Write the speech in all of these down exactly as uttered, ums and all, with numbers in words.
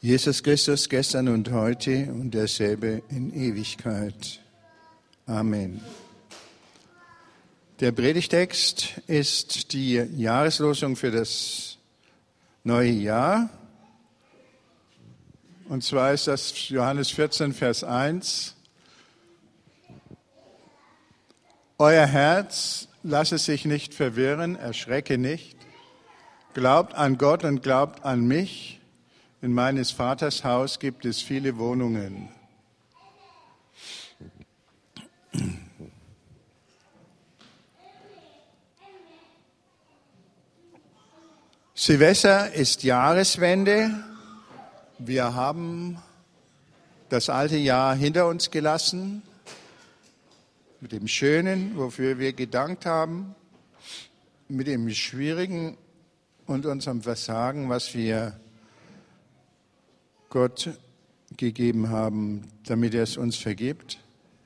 Jesus Christus gestern und heute und derselbe in Ewigkeit. Amen. Der Predigtext ist die Jahreslosung für das neue Jahr. Und zwar ist das Johannes vierzehn, Vers eins. Euer Herz lasse sich nicht verwirren, erschrecke nicht. Glaubt an Gott und glaubt an mich. In meines Vaters Haus gibt es viele Wohnungen. Silvester ist Jahreswende. Wir haben das alte Jahr hinter uns gelassen, mit dem Schönen, wofür wir gedankt haben, mit dem Schwierigen und unserem Versagen, was wir Gott gegeben haben, damit er es uns vergibt.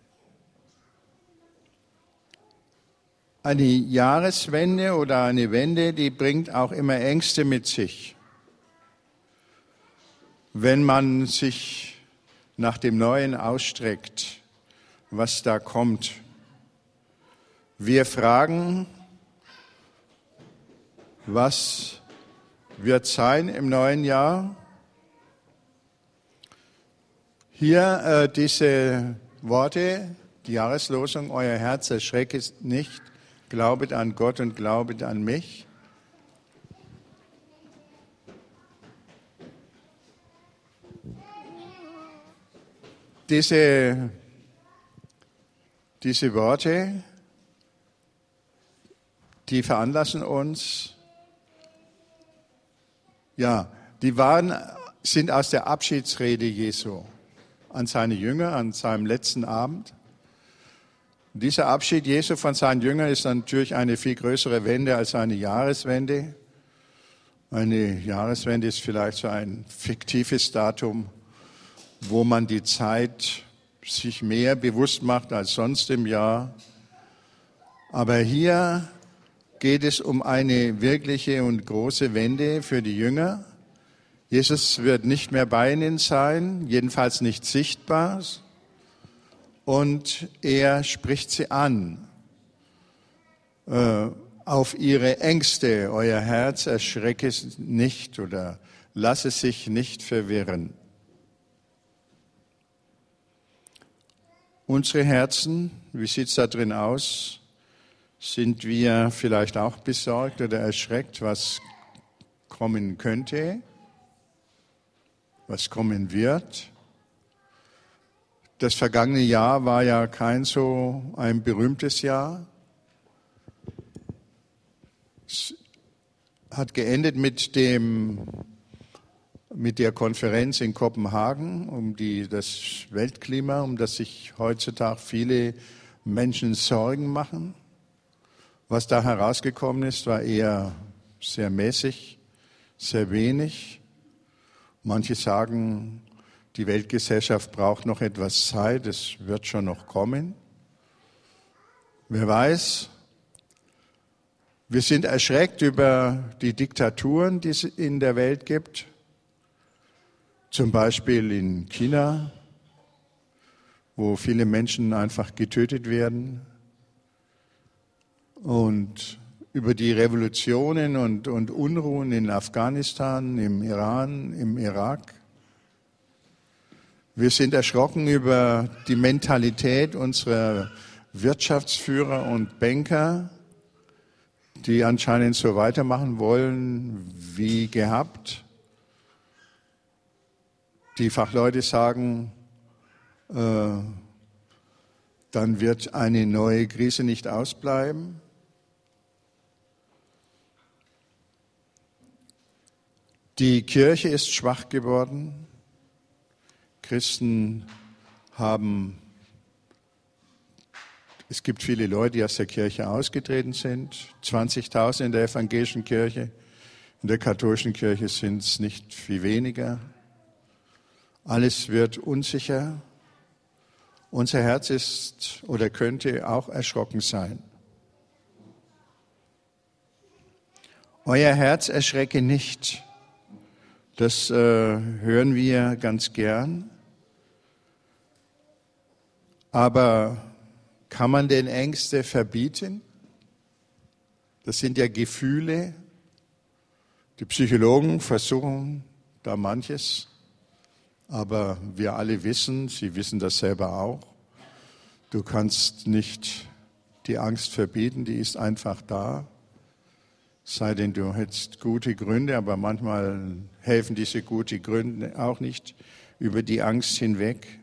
Eine Jahreswende oder eine Wende, die bringt auch immer Ängste mit sich. Wenn man sich nach dem Neuen ausstreckt, was da kommt. Wir fragen, was wird sein im neuen Jahr? Hier äh, diese Worte, die Jahreslosung, euer Herz erschrecke nicht, glaubet an Gott und glaubet an mich. Diese, diese Worte, die veranlassen uns, ja, die waren, sind aus der Abschiedsrede Jesu an seine Jünger, an seinem letzten Abend. Und dieser Abschied Jesu von seinen Jüngern ist natürlich eine viel größere Wende als eine Jahreswende. Eine Jahreswende ist vielleicht so ein fiktives Datum, wo man die Zeit sich mehr bewusst macht als sonst im Jahr. Aber hier geht es um eine wirkliche und große Wende für die Jünger. Jesus wird nicht mehr bei ihnen sein, jedenfalls nicht sichtbar. Und er spricht sie an äh, auf ihre Ängste. Euer Herz erschrecke nicht oder lasse sich nicht verwirren. Unsere Herzen, wie sieht es da drin aus? Sind wir vielleicht auch besorgt oder erschreckt, was kommen könnte? Was kommen wird. Das vergangene Jahr war ja kein so ein berühmtes Jahr. Es hat geendet mit dem, mit der Konferenz in Kopenhagen um die, das Weltklima, um das sich heutzutage viele Menschen Sorgen machen. Was da herausgekommen ist, war eher sehr mäßig, sehr wenig. Manche sagen, die Weltgesellschaft braucht noch etwas Zeit, es wird schon noch kommen. Wer weiß, wir sind erschreckt über die Diktaturen, die es in der Welt gibt. Zum Beispiel in China, wo viele Menschen einfach getötet werden. Und über die Revolutionen und, und Unruhen in Afghanistan, im Iran, im Irak. Wir sind erschrocken über die Mentalität unserer Wirtschaftsführer und Banker, die anscheinend so weitermachen wollen wie gehabt. Die Fachleute sagen, äh, dann wird eine neue Krise nicht ausbleiben. Die Kirche ist schwach geworden. Christen haben, es gibt viele Leute, die aus der Kirche ausgetreten sind. zwanzigtausend in der evangelischen Kirche. In der katholischen Kirche sind es nicht viel weniger. Alles wird unsicher. Unser Herz ist oder könnte auch erschrocken sein. Euer Herz erschrecke nicht. Das äh, hören wir ganz gern. Aber kann man denn Ängste verbieten? Das sind ja Gefühle. Die Psychologen versuchen da manches. Aber wir alle wissen, Sie wissen das selber auch, du kannst nicht die Angst verbieten, die ist einfach da. Sei denn, du hättest gute Gründe, aber manchmal helfen diese guten Gründe auch nicht über die Angst hinweg.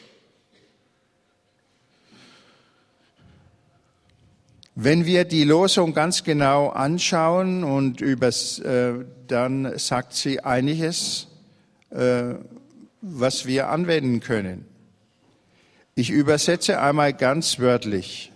Wenn wir die Losung ganz genau anschauen und übers, äh, dann sagt sie einiges, äh, was wir anwenden können. Ich übersetze einmal ganz wörtlich.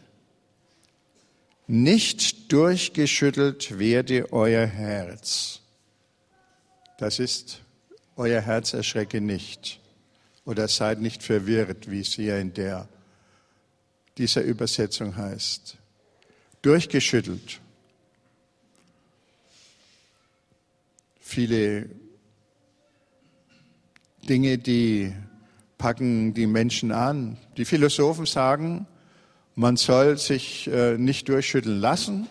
Nicht durchgeschüttelt werde euer Herz. Das ist, euer Herz erschrecke nicht. Oder seid nicht verwirrt, wie es hier in der, dieser Übersetzung heißt. Durchgeschüttelt. Viele Dinge, die packen die Menschen an. Die Philosophen sagen, man soll sich äh, nicht durchschütteln lassen.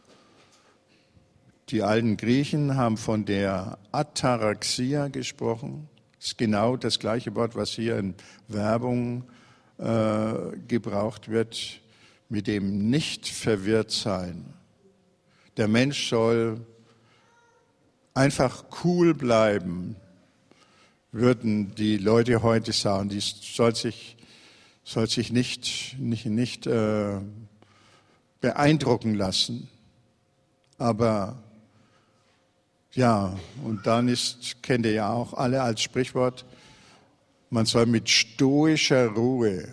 Die alten Griechen haben von der Ataraxia gesprochen. Das ist genau das gleiche Wort, was hier in Werbung äh, gebraucht wird, mit dem nicht verwirrt sein. Der Mensch soll einfach cool bleiben, würden die Leute heute sagen. Die soll sich, soll sich nicht, nicht, nicht äh, beeindrucken lassen. Aber ja, und dann ist, kennt ihr ja auch alle als Sprichwort, man soll mit stoischer Ruhe,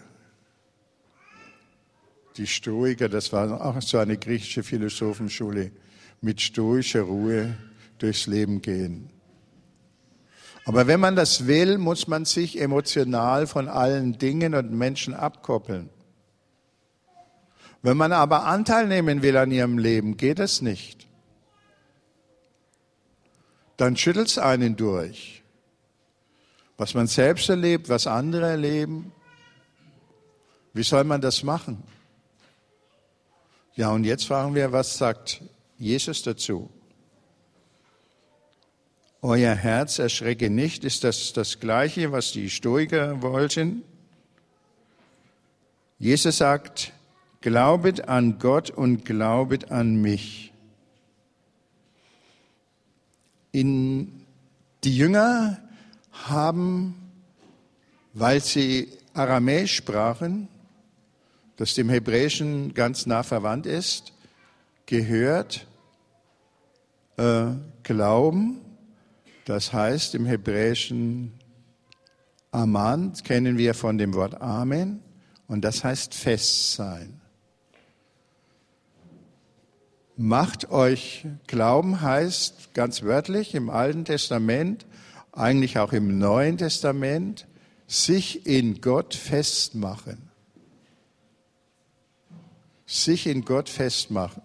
die Stoiker, das war auch so eine griechische Philosophenschule, mit stoischer Ruhe durchs Leben gehen. Aber wenn man das will, muss man sich emotional von allen Dingen und Menschen abkoppeln. Wenn man aber Anteil nehmen will an ihrem Leben, geht es nicht. Dann schüttelt es einen durch. Was man selbst erlebt, was andere erleben, wie soll man das machen? Ja, und jetzt fragen wir, was sagt Jesus dazu? Euer Herz erschrecke nicht, ist das das Gleiche, was die Stoiker wollten? Jesus sagt, glaubet an Gott und glaubet an mich. In, die Jünger haben, weil sie Aramäisch sprachen, das dem Hebräischen ganz nah verwandt ist, gehört, äh, Glauben, das heißt im Hebräischen Aman, kennen wir von dem Wort Amen, und das heißt fest sein. Macht euch, Glauben heißt ganz wörtlich im Alten Testament, eigentlich auch im Neuen Testament, sich in Gott festmachen. Sich in Gott festmachen.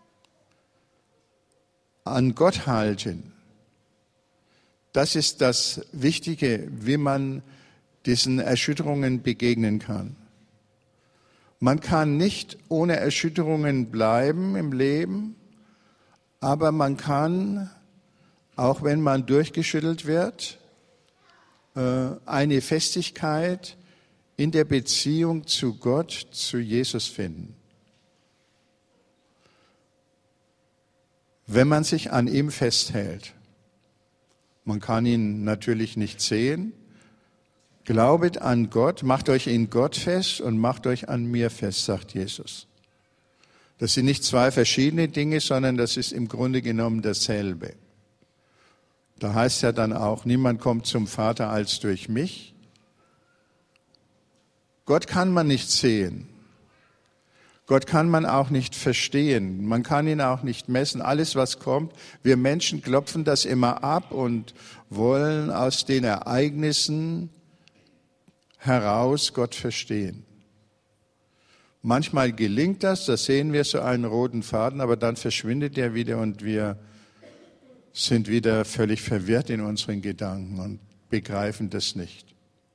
An Gott halten. Das ist das Wichtige, wie man diesen Erschütterungen begegnen kann. Man kann nicht ohne Erschütterungen bleiben im Leben, aber man kann, auch wenn man durchgeschüttelt wird, eine Festigkeit in der Beziehung zu Gott, zu Jesus finden. Wenn man sich an ihm festhält. Man kann ihn natürlich nicht sehen. Glaubet an Gott, macht euch in Gott fest und macht euch an mir fest, sagt Jesus. Das sind nicht zwei verschiedene Dinge, sondern das ist im Grunde genommen dasselbe. Da heißt ja dann auch, niemand kommt zum Vater als durch mich. Gott kann man nicht sehen. Gott kann man auch nicht verstehen. Man kann ihn auch nicht messen. Alles, was kommt, wir Menschen klopfen das immer ab und wollen aus den Ereignissen heraus Gott verstehen. Manchmal gelingt das, da sehen wir so einen roten Faden, aber dann verschwindet er wieder und wir sind wieder völlig verwirrt in unseren Gedanken und begreifen das nicht.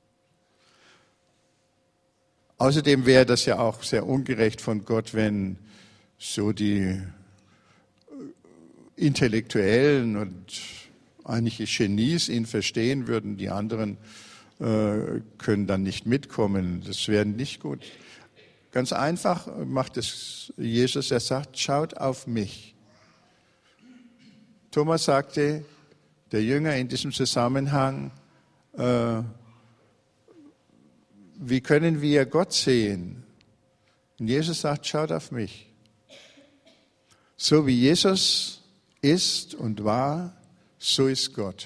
Außerdem wäre das ja auch sehr ungerecht von Gott, wenn so die Intellektuellen und einige Genies ihn verstehen würden, die anderen äh, können dann nicht mitkommen. Das wäre nicht gut. Ganz einfach macht es Jesus, er sagt, schaut auf mich. Thomas sagte, der Jünger in diesem Zusammenhang, äh, wie können wir Gott sehen? Und Jesus sagt, schaut auf mich. So wie Jesus ist und war, so ist Gott.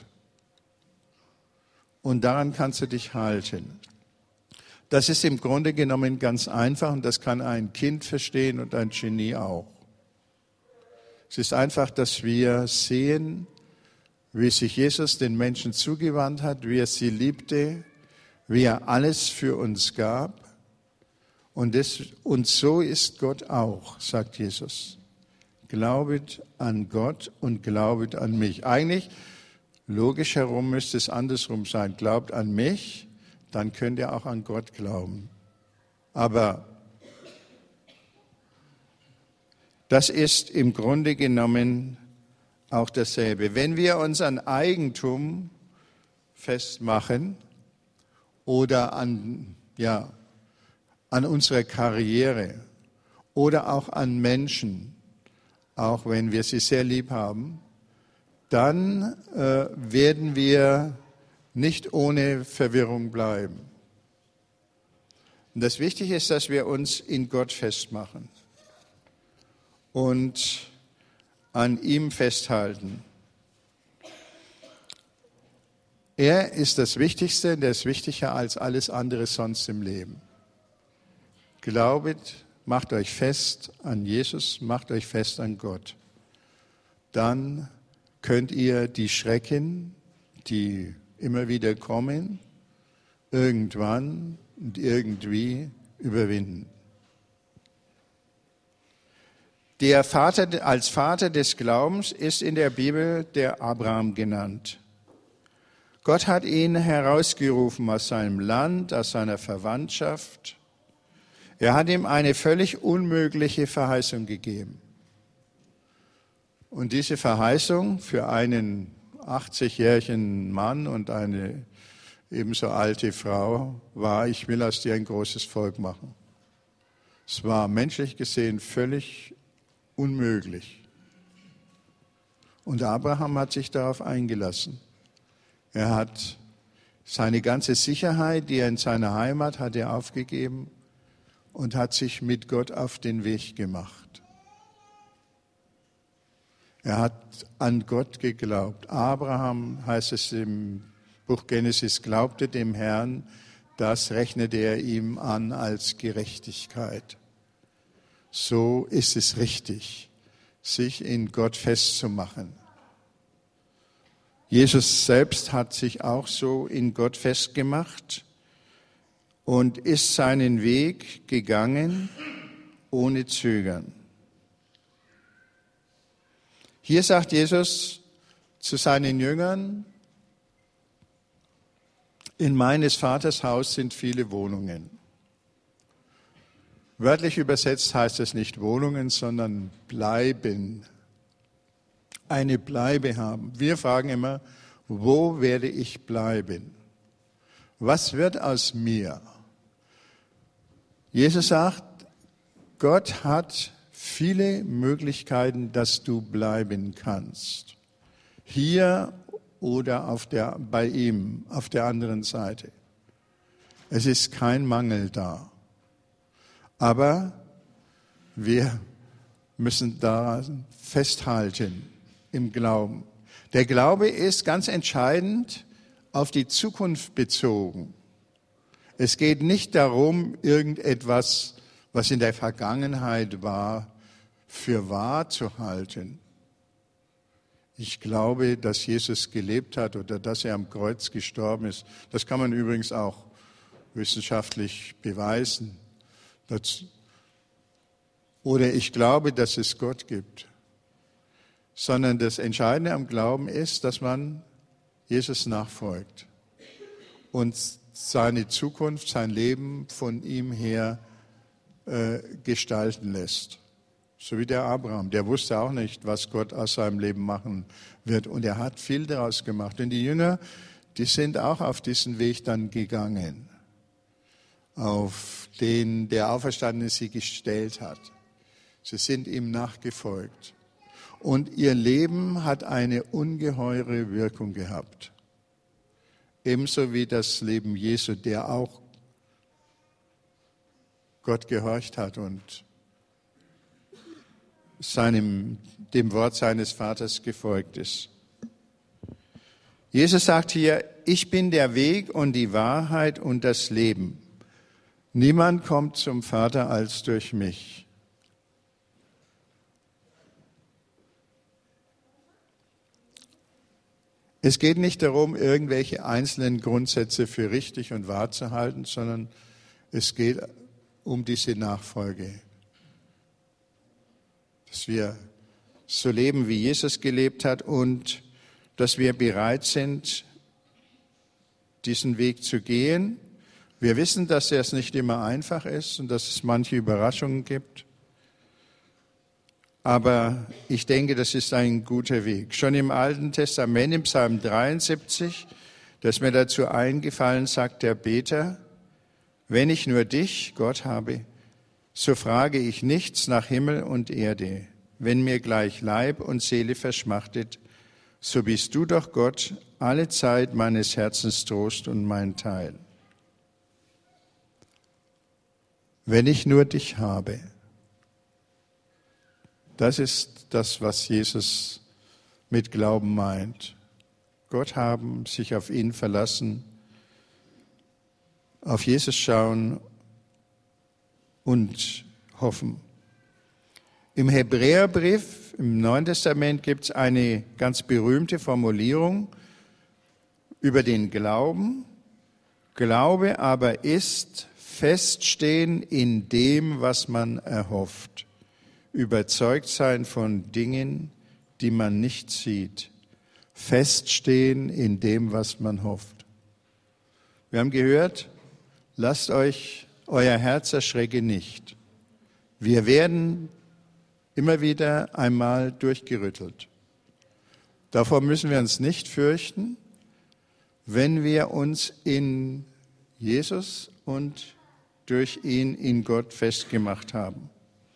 Und daran kannst du dich halten. Das ist im Grunde genommen ganz einfach und das kann ein Kind verstehen und ein Genie auch. Es ist einfach, dass wir sehen, wie sich Jesus den Menschen zugewandt hat, wie er sie liebte, wie er alles für uns gab. Und, das, und so ist Gott auch, sagt Jesus. Glaubet an Gott und glaubet an mich. Eigentlich, logisch herum, müsste es andersrum sein. Glaubt an mich, dann könnt ihr auch an Gott glauben. Aber das ist im Grunde genommen auch dasselbe. Wenn wir uns an Eigentum festmachen oder an, ja, an unserer Karriere oder auch an Menschen, auch wenn wir sie sehr lieb haben, dann äh, werden wir nicht ohne Verwirrung bleiben. Und das Wichtige ist, dass wir uns in Gott festmachen und an ihm festhalten. Er ist das Wichtigste, der ist wichtiger als alles andere sonst im Leben. Glaubet, macht euch fest an Jesus, macht euch fest an Gott. Dann könnt ihr die Schrecken, die immer wieder kommen, irgendwann und irgendwie überwinden. Der Vater, als Vater des Glaubens ist in der Bibel der Abraham genannt. Gott hat ihn herausgerufen aus seinem Land, aus seiner Verwandtschaft. Er hat ihm eine völlig unmögliche Verheißung gegeben. Und diese Verheißung für einen achtzigjährigen Mann und eine ebenso alte Frau war, ich will aus dir ein großes Volk machen. Es war menschlich gesehen völlig unmöglich. Und Abraham hat sich darauf eingelassen. Er hat seine ganze Sicherheit, die er in seiner Heimat hatte, aufgegeben und hat sich mit Gott auf den Weg gemacht. Er hat an Gott geglaubt. Abraham, heißt es im Buch Genesis, glaubte dem Herrn, das rechnete er ihm an als Gerechtigkeit. So ist es richtig, sich in Gott festzumachen. Jesus selbst hat sich auch so in Gott festgemacht und ist seinen Weg gegangen ohne Zögern. Hier sagt Jesus zu seinen Jüngern, in meines Vaters Haus sind viele Wohnungen. Wörtlich übersetzt heißt es nicht Wohnungen, sondern bleiben. Eine Bleibe haben. Wir fragen immer, wo werde ich bleiben? Was wird aus mir? Jesus sagt, Gott hat viele Möglichkeiten, dass du bleiben kannst. Hier oder auf der, bei ihm, auf der anderen Seite. Es ist kein Mangel da. Aber wir müssen daran festhalten im Glauben. Der Glaube ist ganz entscheidend auf die Zukunft bezogen. Es geht nicht darum, irgendetwas, was in der Vergangenheit war, für wahr zu halten. Ich glaube, dass Jesus gelebt hat oder dass er am Kreuz gestorben ist. Das kann man übrigens auch wissenschaftlich beweisen. Das, oder ich glaube, dass es Gott gibt. sondern das Entscheidende am Glauben ist, dass man Jesus nachfolgt und seine Zukunft, sein Leben von ihm her äh, gestalten lässt. So wie der Abraham, der wusste auch nicht, was Gott aus seinem Leben machen wird. Und er hat viel daraus gemacht. Und die Jünger, die sind auch auf diesen Weg dann gegangen, auf den der Auferstandene sie gestellt hat. Sie sind ihm nachgefolgt. Und ihr Leben hat eine ungeheure Wirkung gehabt. Ebenso wie das Leben Jesu, der auch Gott gehorcht hat und seinem, dem Wort seines Vaters gefolgt ist. Jesus sagt hier, ich bin der Weg und die Wahrheit und das Leben. Niemand kommt zum Vater als durch mich. Es geht nicht darum, irgendwelche einzelnen Grundsätze für richtig und wahr zu halten, sondern es geht um diese Nachfolge. Dass wir so leben, wie Jesus gelebt hat und dass wir bereit sind, diesen Weg zu gehen. Wir wissen, dass es nicht immer einfach ist und dass es manche Überraschungen gibt. Aber ich denke, das ist ein guter Weg. Schon im Alten Testament, im Psalm dreiundsiebzig, das mir dazu eingefallen, sagt der Beter, wenn ich nur dich, Gott, habe, so frage ich nichts nach Himmel und Erde. Wenn mir gleich Leib und Seele verschmachtet, so bist du doch, Gott, alle Zeit meines Herzens Trost und mein Teil. Wenn ich nur dich habe. Das ist das, was Jesus mit Glauben meint. Gott haben, sich auf ihn verlassen, auf Jesus schauen und hoffen. Im Hebräerbrief, im Neuen Testament, gibt es eine ganz berühmte Formulierung über den Glauben. Glaube aber ist Feststehen in dem, was man erhofft. Überzeugt sein von Dingen, die man nicht sieht. Feststehen in dem, was man hofft. Wir haben gehört, lasst euch euer Herz erschrecke nicht. Wir werden immer wieder einmal durchgerüttelt. Davor müssen wir uns nicht fürchten, wenn wir uns in Jesus und durch ihn in Gott festgemacht haben.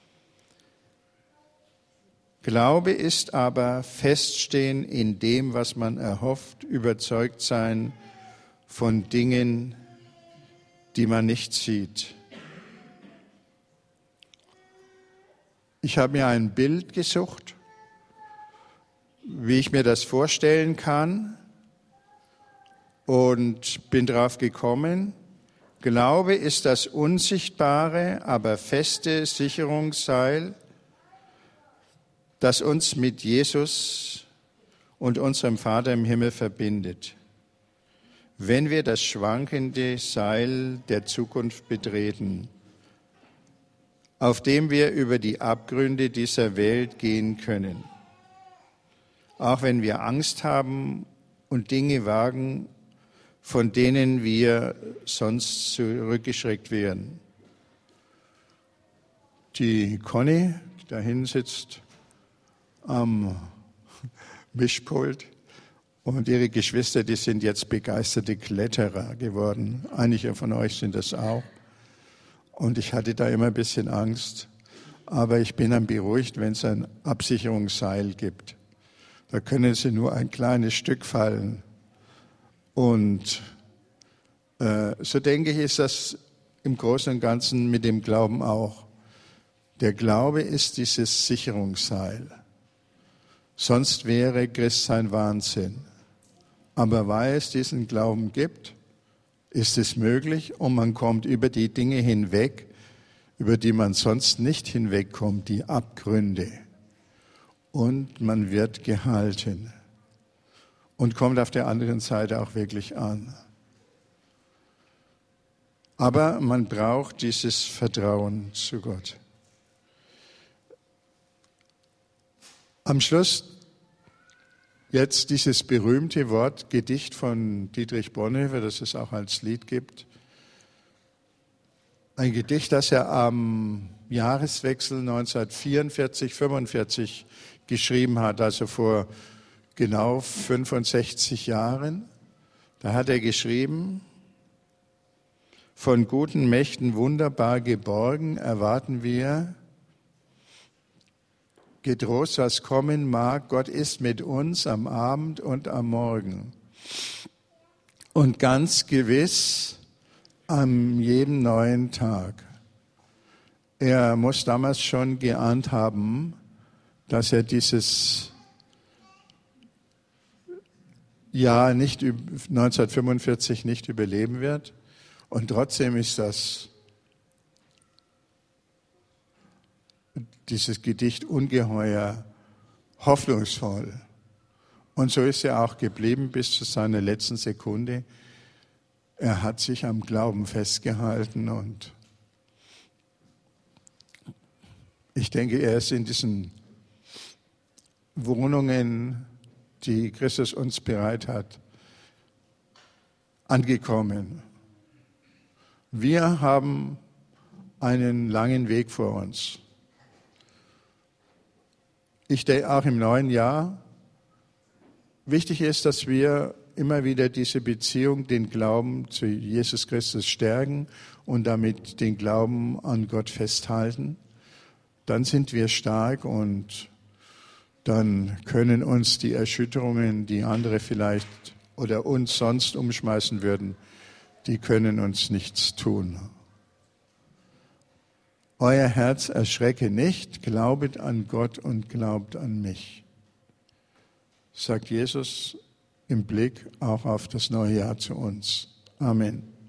Glaube ist aber Feststehen in dem, was man erhofft, überzeugt sein von Dingen, die man nicht sieht. Ich habe mir ein Bild gesucht, wie ich mir das vorstellen kann und bin drauf gekommen. Glaube ist das unsichtbare, aber feste Sicherungsseil, das uns mit Jesus und unserem Vater im Himmel verbindet. Wenn wir das schwankende Seil der Zukunft betreten, auf dem wir über die Abgründe dieser Welt gehen können, auch wenn wir Angst haben und Dinge wagen, von denen wir sonst zurückgeschreckt wären. Die Conny, die da hinten sitzt, am Mischpult und ihre Geschwister, die sind jetzt begeisterte Kletterer geworden. Einige von euch sind das auch. Und ich hatte da immer ein bisschen Angst. Aber ich bin dann beruhigt, wenn es ein Absicherungsseil gibt. Da können sie nur ein kleines Stück fallen. Und äh, so denke ich, ist das im Großen und Ganzen mit dem Glauben auch. Der Glaube ist dieses Sicherungsseil. Sonst wäre Christsein Wahnsinn. Aber weil es diesen Glauben gibt, ist es möglich und man kommt über die Dinge hinweg, über die man sonst nicht hinwegkommt, die Abgründe. Und man wird gehalten und kommt auf der anderen Seite auch wirklich an. Aber man braucht dieses Vertrauen zu Gott. Am Schluss Jetzt dieses berühmte Wort, Gedicht von Dietrich Bonhoeffer, das es auch als Lied gibt. Ein Gedicht, das er am Jahreswechsel neunzehnhundertvierundvierzig fünfundvierzig geschrieben hat, also vor genau fünfundsechzig Jahren. Da hat er geschrieben: Von guten Mächten wunderbar geborgen erwarten wir getrost, was kommen mag. Gott ist mit uns am Abend und am Morgen. Und ganz gewiss an jedem neuen Tag. Er muss damals schon geahnt haben, dass er dieses Jahr nicht, neunzehnhundertfünfundvierzig nicht überleben wird. Und trotzdem ist das, dieses Gedicht ungeheuer hoffnungsvoll. Und so ist er auch geblieben bis zu seiner letzten Sekunde. Er hat sich am Glauben festgehalten und ich denke, er ist in diesen Wohnungen, die Christus uns bereit hat, angekommen. Wir haben einen langen Weg vor uns. Ich denke auch im neuen Jahr, wichtig ist, dass wir immer wieder diese Beziehung, den Glauben zu Jesus Christus stärken und damit den Glauben an Gott festhalten. Dann sind wir stark und dann können uns die Erschütterungen, die andere vielleicht oder uns sonst umschmeißen würden, die können uns nichts tun. Euer Herz erschrecke nicht, glaubet an Gott und glaubt an mich, sagt Jesus im Blick auch auf das neue Jahr zu uns. Amen.